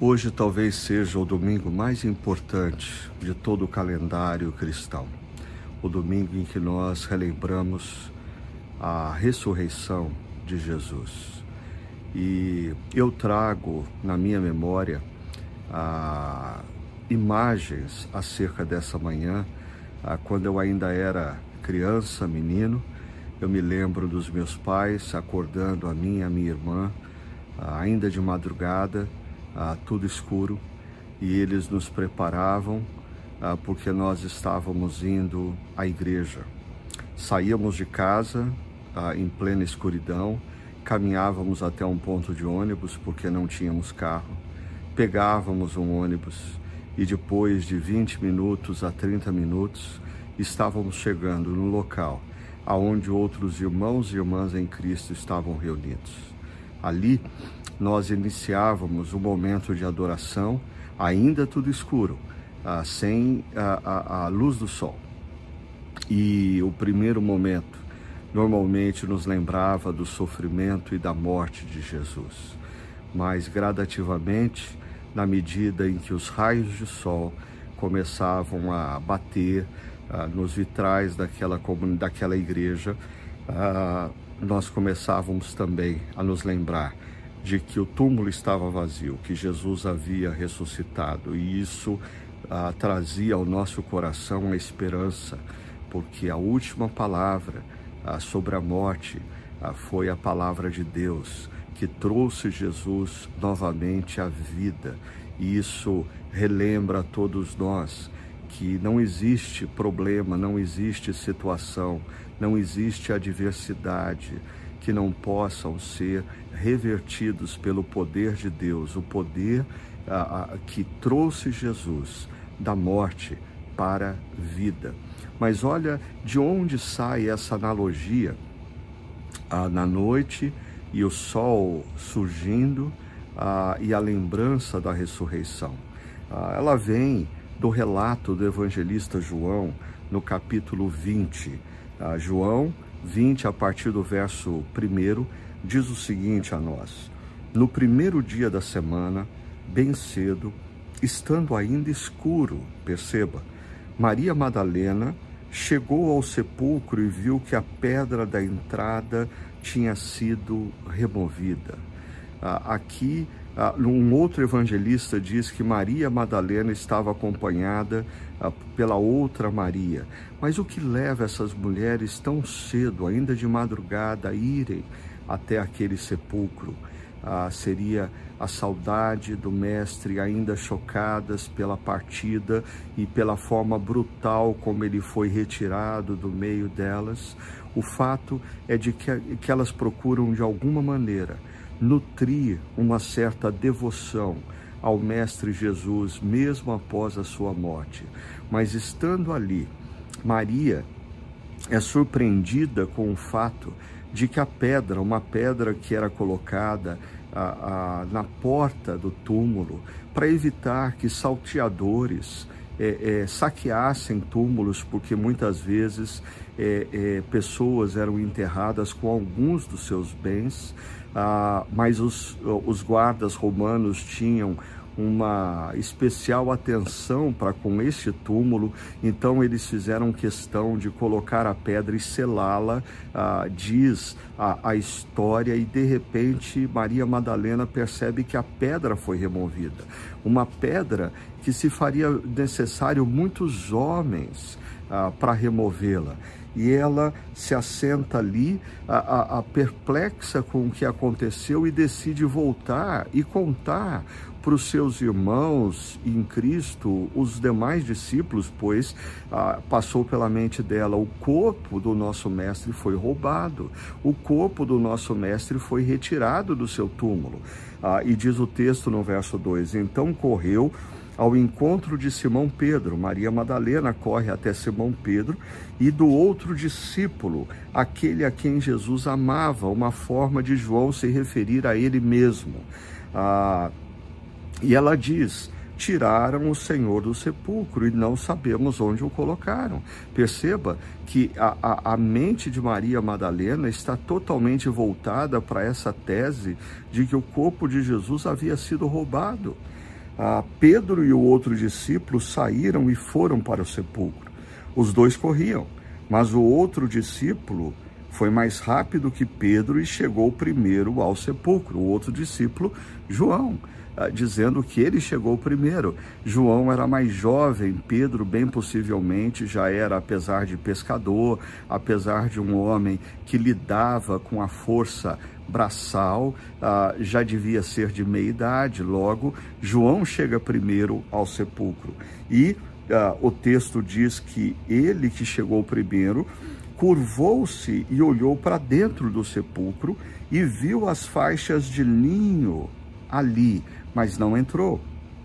Hoje talvez seja o domingo mais importante de todo o calendário cristão. O domingo em que nós relembramos a ressurreição de Jesus. E eu trago na minha memória imagens acerca dessa manhã, quando eu ainda era criança, menino. Eu me lembro dos meus pais acordando a mim e a minha irmã, ainda de madrugada, tudo escuro, e eles nos preparavam porque nós estávamos indo à igreja. Saíamos de casa em plena escuridão, caminhávamos até um ponto de ônibus porque não tínhamos carro, pegávamos um ônibus e depois de 20 minutos a 30 minutos estávamos chegando no local aonde outros irmãos e irmãs em Cristo estavam reunidos. Ali nós iniciávamos um momento de adoração, ainda tudo escuro, sem a luz do sol. E o primeiro momento normalmente nos lembrava do sofrimento e da morte de Jesus. Mas gradativamente, na medida em que os raios de sol começavam a bater nos vitrais daquela igreja, nós começávamos também a nos lembrar de que o túmulo estava vazio, que Jesus havia ressuscitado, e isso trazia ao nosso coração a esperança, porque a última palavra sobre a morte foi a palavra de Deus, que trouxe Jesus novamente à vida. E isso relembra a todos nós que não existe problema, não existe situação, não existe adversidade que não possam ser revertidos pelo poder de Deus, o poder que trouxe Jesus da morte para a vida. Mas olha de onde sai essa analogia, na noite e o sol surgindo e a lembrança da ressurreição. Ela vem do relato do evangelista João, no capítulo 20. João 20, a partir do verso 1, diz o seguinte a nós: no primeiro dia da semana, bem cedo, estando ainda escuro, perceba, Maria Madalena chegou ao sepulcro e viu que a pedra da entrada tinha sido removida. Aqui, um outro evangelista diz que Maria Madalena estava acompanhada pela outra Maria. Mas o que leva essas mulheres tão cedo, ainda de madrugada, a irem até aquele sepulcro? Seria a saudade do mestre, ainda chocadas pela partida e pela forma brutal como ele foi retirado do meio delas. O fato é de que elas procuram de alguma maneira nutrir uma certa devoção ao mestre Jesus, mesmo após a sua morte. Mas estando ali, Maria é surpreendida com o fato de que uma pedra que era colocada na porta do túmulo para evitar que salteadores saqueassem túmulos, porque muitas vezes pessoas eram enterradas com alguns dos seus bens, mas os guardas romanos tinham uma especial atenção para com este túmulo, então eles fizeram questão de colocar a pedra e selá-la, diz a história, e de repente Maria Madalena percebe que a pedra foi removida, uma pedra que se faria necessário muitos homens para removê-la. E ela se assenta ali, perplexa com o que aconteceu, e decide voltar e contar para os seus irmãos em Cristo, os demais discípulos, pois passou pela mente dela: o corpo do nosso mestre foi roubado, o corpo do nosso mestre foi retirado do seu túmulo. E diz o texto no verso 2: então correu ao encontro de Simão Pedro. Maria Madalena corre até Simão Pedro e do outro discípulo, aquele a quem Jesus amava, uma forma de João se referir a ele mesmo. E ela diz: tiraram o Senhor do sepulcro e não sabemos onde o colocaram. Perceba que a mente de Maria Madalena está totalmente voltada para essa tese de que o corpo de Jesus havia sido roubado. Pedro e o outro discípulo saíram e foram para o sepulcro. Os dois corriam, mas o outro discípulo foi mais rápido que Pedro e chegou primeiro ao sepulcro. O outro discípulo, João, dizendo que ele chegou primeiro. João era mais jovem, Pedro bem possivelmente já era, apesar de pescador, apesar de um homem que lidava com a força braçal, já devia ser de meia idade. Logo, João chega primeiro ao sepulcro. E o texto diz que ele que chegou primeiro curvou-se e olhou para dentro do sepulcro e viu as faixas de linho ali, mas não entrou.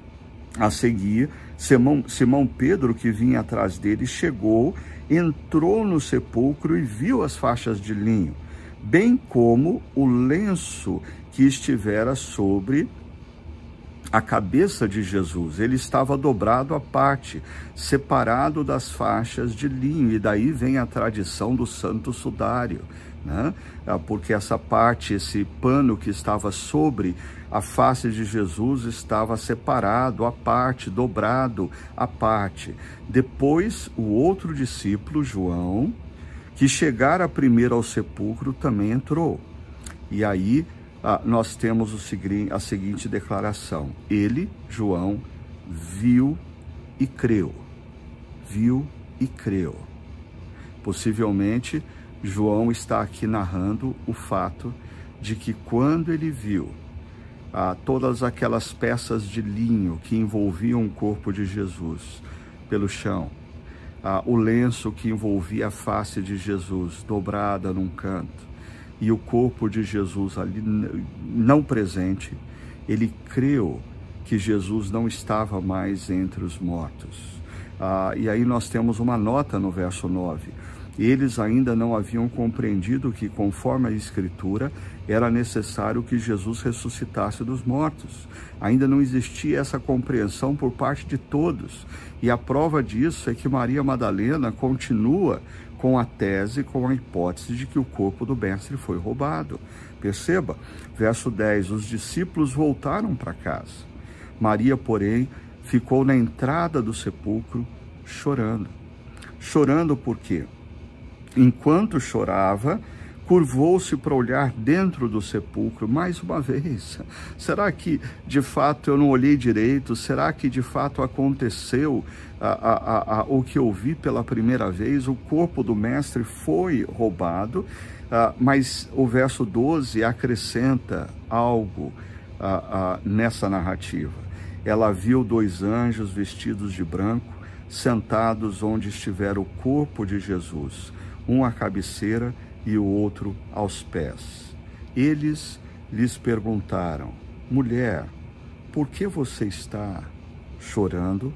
A seguir, Simão Pedro, que vinha atrás dele, chegou, entrou no sepulcro e viu as faixas de linho, bem como o lenço que estivera sobre a cabeça de Jesus. Ele estava dobrado à parte, separado das faixas de linho, e daí vem a tradição do santo sudário, né? Porque essa parte, esse pano que estava sobre a face de Jesus estava separado à parte, dobrado à parte. Depois, o outro discípulo, João, que chegara primeiro ao sepulcro, também entrou. E aí nós temos a seguinte declaração: ele, João, viu e creu. Viu e creu. Possivelmente, João está aqui narrando o fato de que quando ele viu todas aquelas peças de linho que envolviam o corpo de Jesus pelo chão, o lenço que envolvia a face de Jesus dobrada num canto, e o corpo de Jesus ali não presente, ele creu que Jesus não estava mais entre os mortos. E aí nós temos uma nota no verso 9. Eles ainda não haviam compreendido que, conforme a Escritura, era necessário que Jesus ressuscitasse dos mortos. Ainda não existia essa compreensão por parte de todos. E a prova disso é que Maria Madalena continua com a tese, com a hipótese de que o corpo do mestre foi roubado. Perceba, verso 10, os discípulos voltaram para casa. Maria, porém, ficou na entrada do sepulcro chorando. Chorando por quê? Enquanto chorava, curvou-se para olhar dentro do sepulcro mais uma vez. Será que de fato eu não olhei direito? Será que de fato aconteceu o que eu vi pela primeira vez? O corpo do mestre foi roubado, mas o verso 12 acrescenta algo nessa narrativa. Ela viu 2 anjos vestidos de branco, sentados onde estivera o corpo de Jesus, um à cabeceira e o outro aos pés. Eles lhes perguntaram: mulher, por que você está chorando?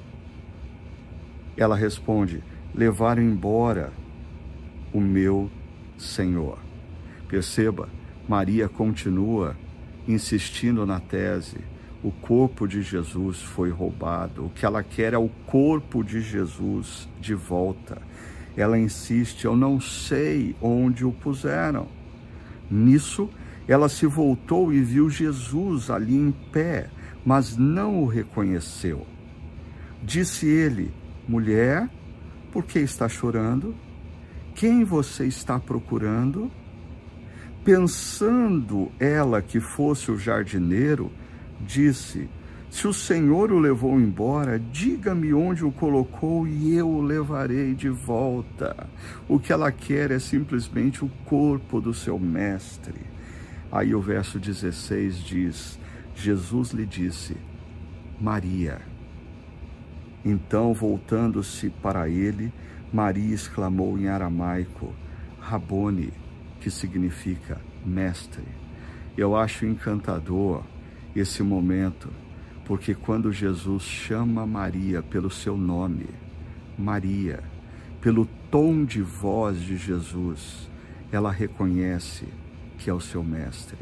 Ela responde: levaram embora o meu Senhor. Perceba, Maria continua insistindo na tese: o corpo de Jesus foi roubado. O que ela quer é o corpo de Jesus de volta. Ela insiste: eu não sei onde o puseram. Nisso, ela se voltou e viu Jesus ali em pé, mas não o reconheceu. Disse ele: mulher, por que está chorando? Quem você está procurando? Pensando ela que fosse o jardineiro, disse: se o Senhor o levou embora, diga-me onde o colocou e eu o levarei de volta. O que ela quer é simplesmente o corpo do seu mestre. Aí o verso 16 diz: Jesus lhe disse: Maria. Então, voltando-se para ele, Maria exclamou em aramaico: Rabone, que significa mestre. Eu acho encantador esse momento, porque quando Jesus chama Maria pelo seu nome, Maria, pelo tom de voz de Jesus, ela reconhece que é o seu mestre.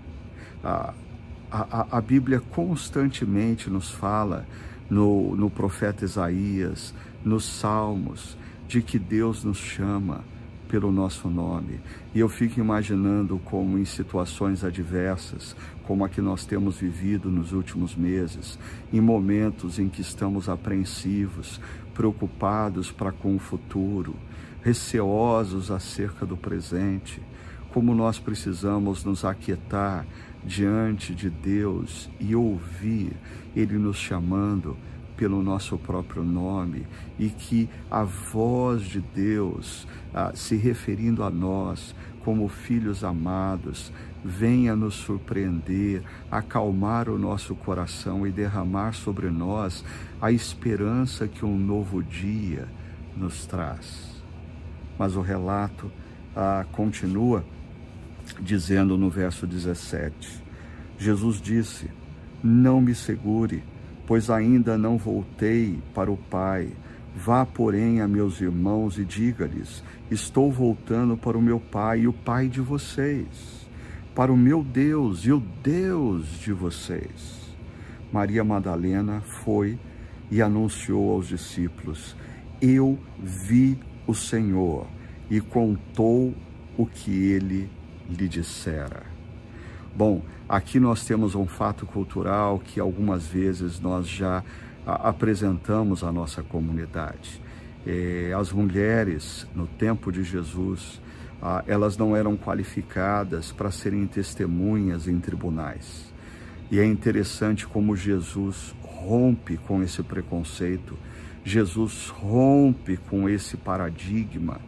A Bíblia constantemente nos fala, no profeta Isaías, nos Salmos, de que Deus nos chama pelo nosso nome. E eu fico imaginando como em situações adversas, como a que nós temos vivido nos últimos meses, em momentos em que estamos apreensivos, preocupados para com o futuro, receosos acerca do presente, como nós precisamos nos aquietar diante de Deus e ouvir Ele nos chamando pelo nosso próprio nome, e que a voz de Deus, se referindo a nós como filhos amados, venha nos surpreender, acalmar o nosso coração e derramar sobre nós a esperança que um novo dia nos traz. Mas o relato continua dizendo no verso 17, Jesus disse: não me segure, pois ainda não voltei para o Pai. Vá, porém, a meus irmãos e diga-lhes: estou voltando para o meu Pai e o Pai de vocês, para o meu Deus e o Deus de vocês. Maria Madalena foi e anunciou aos discípulos: eu vi o Senhor, e contou o que ele lhe dissera. Bom, aqui nós temos um fato cultural que algumas vezes nós já apresentamos à nossa comunidade. As mulheres, no tempo de Jesus, elas não eram qualificadas para serem testemunhas em tribunais. E é interessante como Jesus rompe com esse preconceito, Jesus rompe com esse paradigma,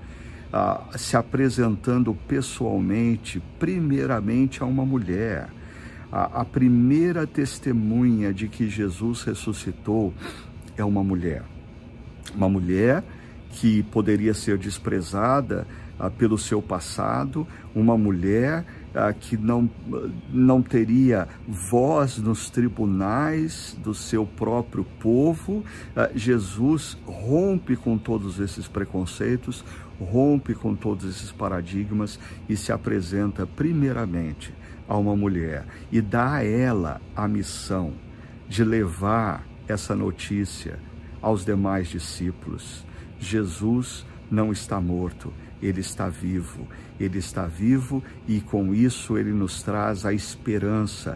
se apresentando pessoalmente, primeiramente a uma mulher. A primeira testemunha de que Jesus ressuscitou é uma mulher. Uma mulher que poderia ser desprezada pelo seu passado, uma mulher que não teria voz nos tribunais do seu próprio povo. Jesus rompe com todos esses preconceitos, rompe com todos esses paradigmas e se apresenta primeiramente a uma mulher e dá a ela a missão de levar essa notícia aos demais discípulos. Jesus não está morto, ele está vivo. Ele está vivo e com isso ele nos traz a esperança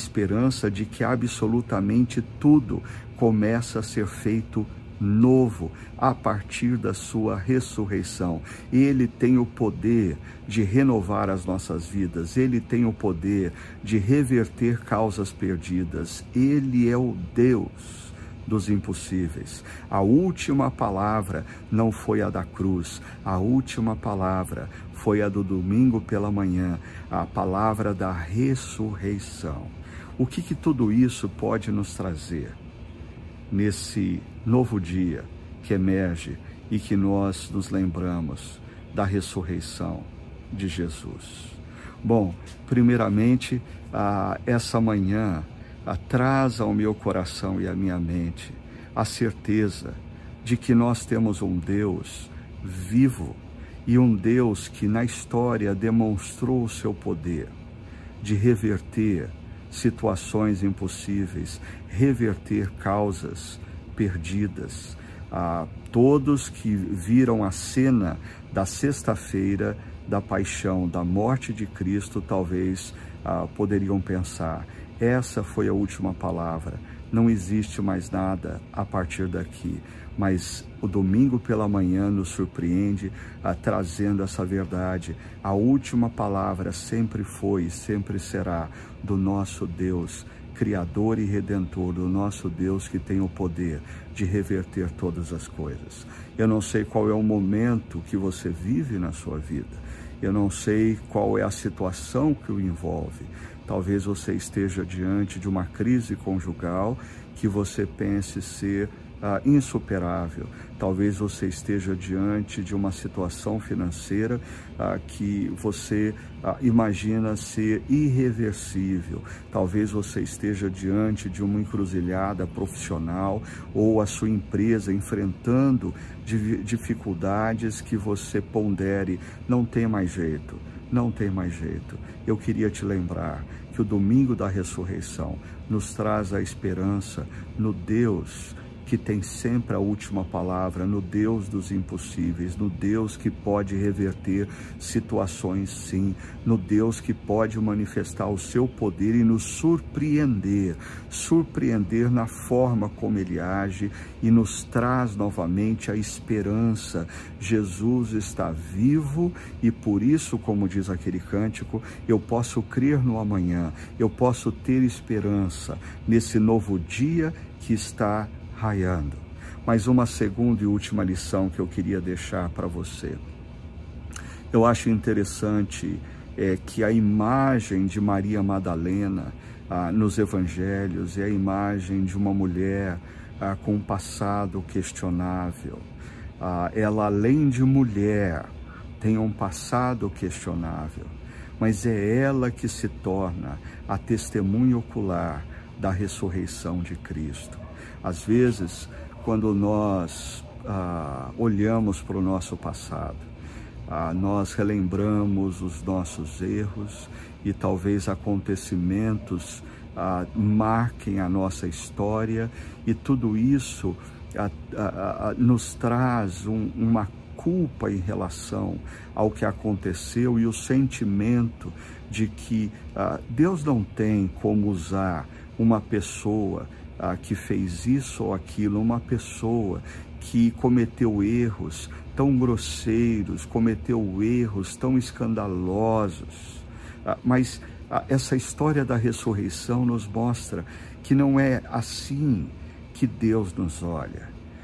de que absolutamente tudo começa a ser feito novo a partir da sua ressurreição. Ele tem o poder de renovar as nossas vidas, ele tem o poder de reverter causas perdidas. Ele é o Deus dos impossíveis. A última palavra não foi a da cruz, a última palavra foi a do domingo pela manhã, a palavra da ressurreição. O que tudo isso pode nos trazer nesse novo dia que emerge e que nós nos lembramos da ressurreição de Jesus? Bom, primeiramente, essa manhã traz ao meu coração e à minha mente a certeza de que nós temos um Deus vivo e um Deus que na história demonstrou o seu poder de reverter situações impossíveis, reverter causas perdidas. Todos que viram a cena da sexta-feira da paixão, da morte de Cristo, talvez poderiam pensar: essa foi a última palavra, não existe mais nada a partir daqui. Mas o domingo pela manhã nos surpreende trazendo essa verdade. A última palavra sempre foi e sempre será do nosso Deus, Criador e Redentor, do nosso Deus que tem o poder de reverter todas as coisas. Eu não sei qual é o momento que você vive na sua vida, eu não sei qual é a situação que o envolve. Talvez você esteja diante de uma crise conjugal que você pense ser insuperável. Talvez você esteja diante de uma situação financeira que você imagina ser irreversível. Talvez você esteja diante de uma encruzilhada profissional ou a sua empresa enfrentando dificuldades que você pondere: não tem mais jeito, não tem mais jeito. Eu queria te lembrar que o domingo da ressurreição nos traz a esperança no Deus que tem sempre a última palavra, no Deus dos impossíveis, no Deus que pode reverter situações, sim, no Deus que pode manifestar o seu poder e nos surpreender na forma como Ele age e nos traz novamente a esperança. Jesus está vivo e por isso, como diz aquele cântico, eu posso crer no amanhã, eu posso ter esperança nesse novo dia que está raiando. Mas uma segunda e última lição que eu queria deixar para você. Eu acho interessante que a imagem de Maria Madalena nos evangelhos é a imagem de uma mulher com um passado questionável. Ela, além de mulher, tem um passado questionável, mas é ela que se torna a testemunha ocular da ressurreição de Cristo. Às vezes, quando nós olhamos para o nosso passado, nós relembramos os nossos erros e talvez acontecimentos marquem a nossa história e tudo isso nos traz uma culpa em relação ao que aconteceu e o sentimento de que Deus não tem como usar uma pessoa que fez isso ou aquilo, uma pessoa que cometeu erros tão grosseiros, cometeu erros tão escandalosos. Mas essa história da ressurreição nos mostra que não é assim que Deus nos olha.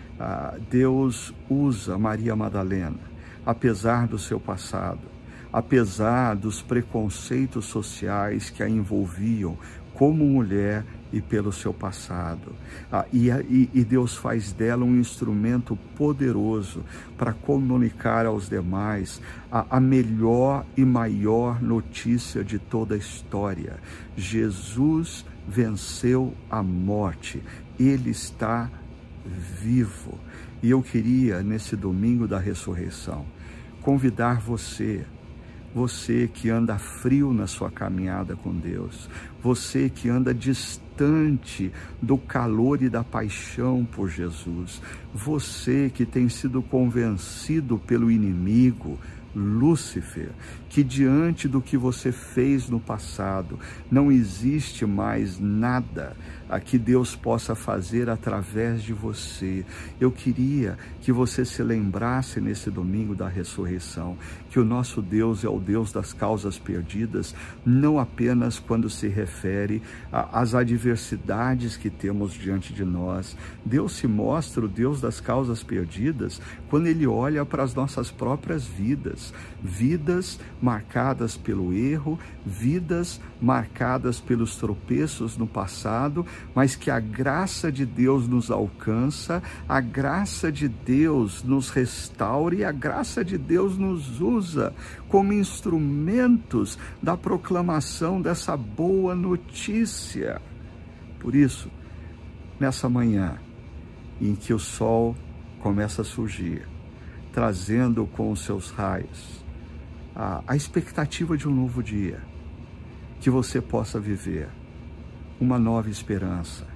Deus usa Maria Madalena, apesar do seu passado, apesar dos preconceitos sociais que a envolviam como mulher e pelo seu passado. E Deus faz dela um instrumento poderoso para comunicar aos demais a melhor e maior notícia de toda a história. Jesus venceu a morte, Ele está vivo. E eu queria, nesse domingo da ressurreição, convidar você que anda frio na sua caminhada com Deus, você que anda distante do calor e da paixão por Jesus, você que tem sido convencido pelo inimigo, Lúcifer, que diante do que você fez no passado, não existe mais nada a que Deus possa fazer através de você. Eu queria que você se lembrasse nesse domingo da ressurreição, que o nosso Deus é o Deus das causas perdidas, não apenas quando se refere às adversidades que temos diante de nós. Deus se mostra o Deus das causas perdidas quando Ele olha para as nossas próprias vidas, vidas marcadas pelo erro, vidas marcadas pelos tropeços no passado, mas que a graça de Deus nos alcança, a graça de Deus nos restaura e a graça de Deus nos usa como instrumentos da proclamação dessa boa notícia. Por isso, nessa manhã em que o sol começa a surgir, trazendo com os seus raios a expectativa de um novo dia, que você possa viver uma nova esperança.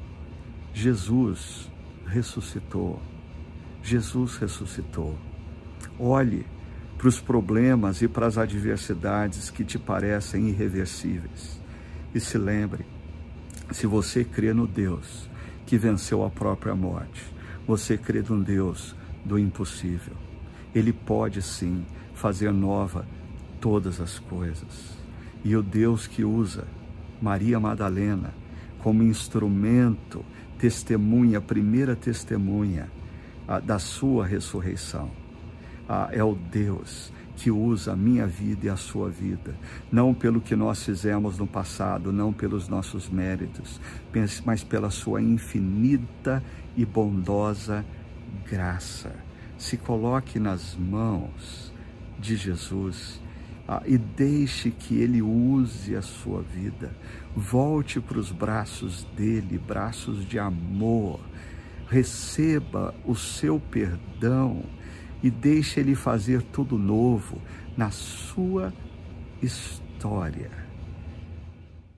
Jesus ressuscitou. Jesus ressuscitou. Olhe para os problemas e para as adversidades que te parecem irreversíveis. E se lembre, se você crê no Deus que venceu a própria morte, você crê no Deus do impossível. Ele pode sim fazer nova todas as coisas. E o Deus que usa Maria Madalena como instrumento, testemunha, primeira testemunha da sua ressurreição, é o Deus que usa a minha vida e a sua vida, não pelo que nós fizemos no passado, não pelos nossos méritos, mas pela sua infinita e bondosa graça. Se coloque nas mãos de Jesus e deixe que Ele use a sua vida. Volte para os braços dEle, braços de amor. Receba o seu perdão e deixe Ele fazer tudo novo na sua história.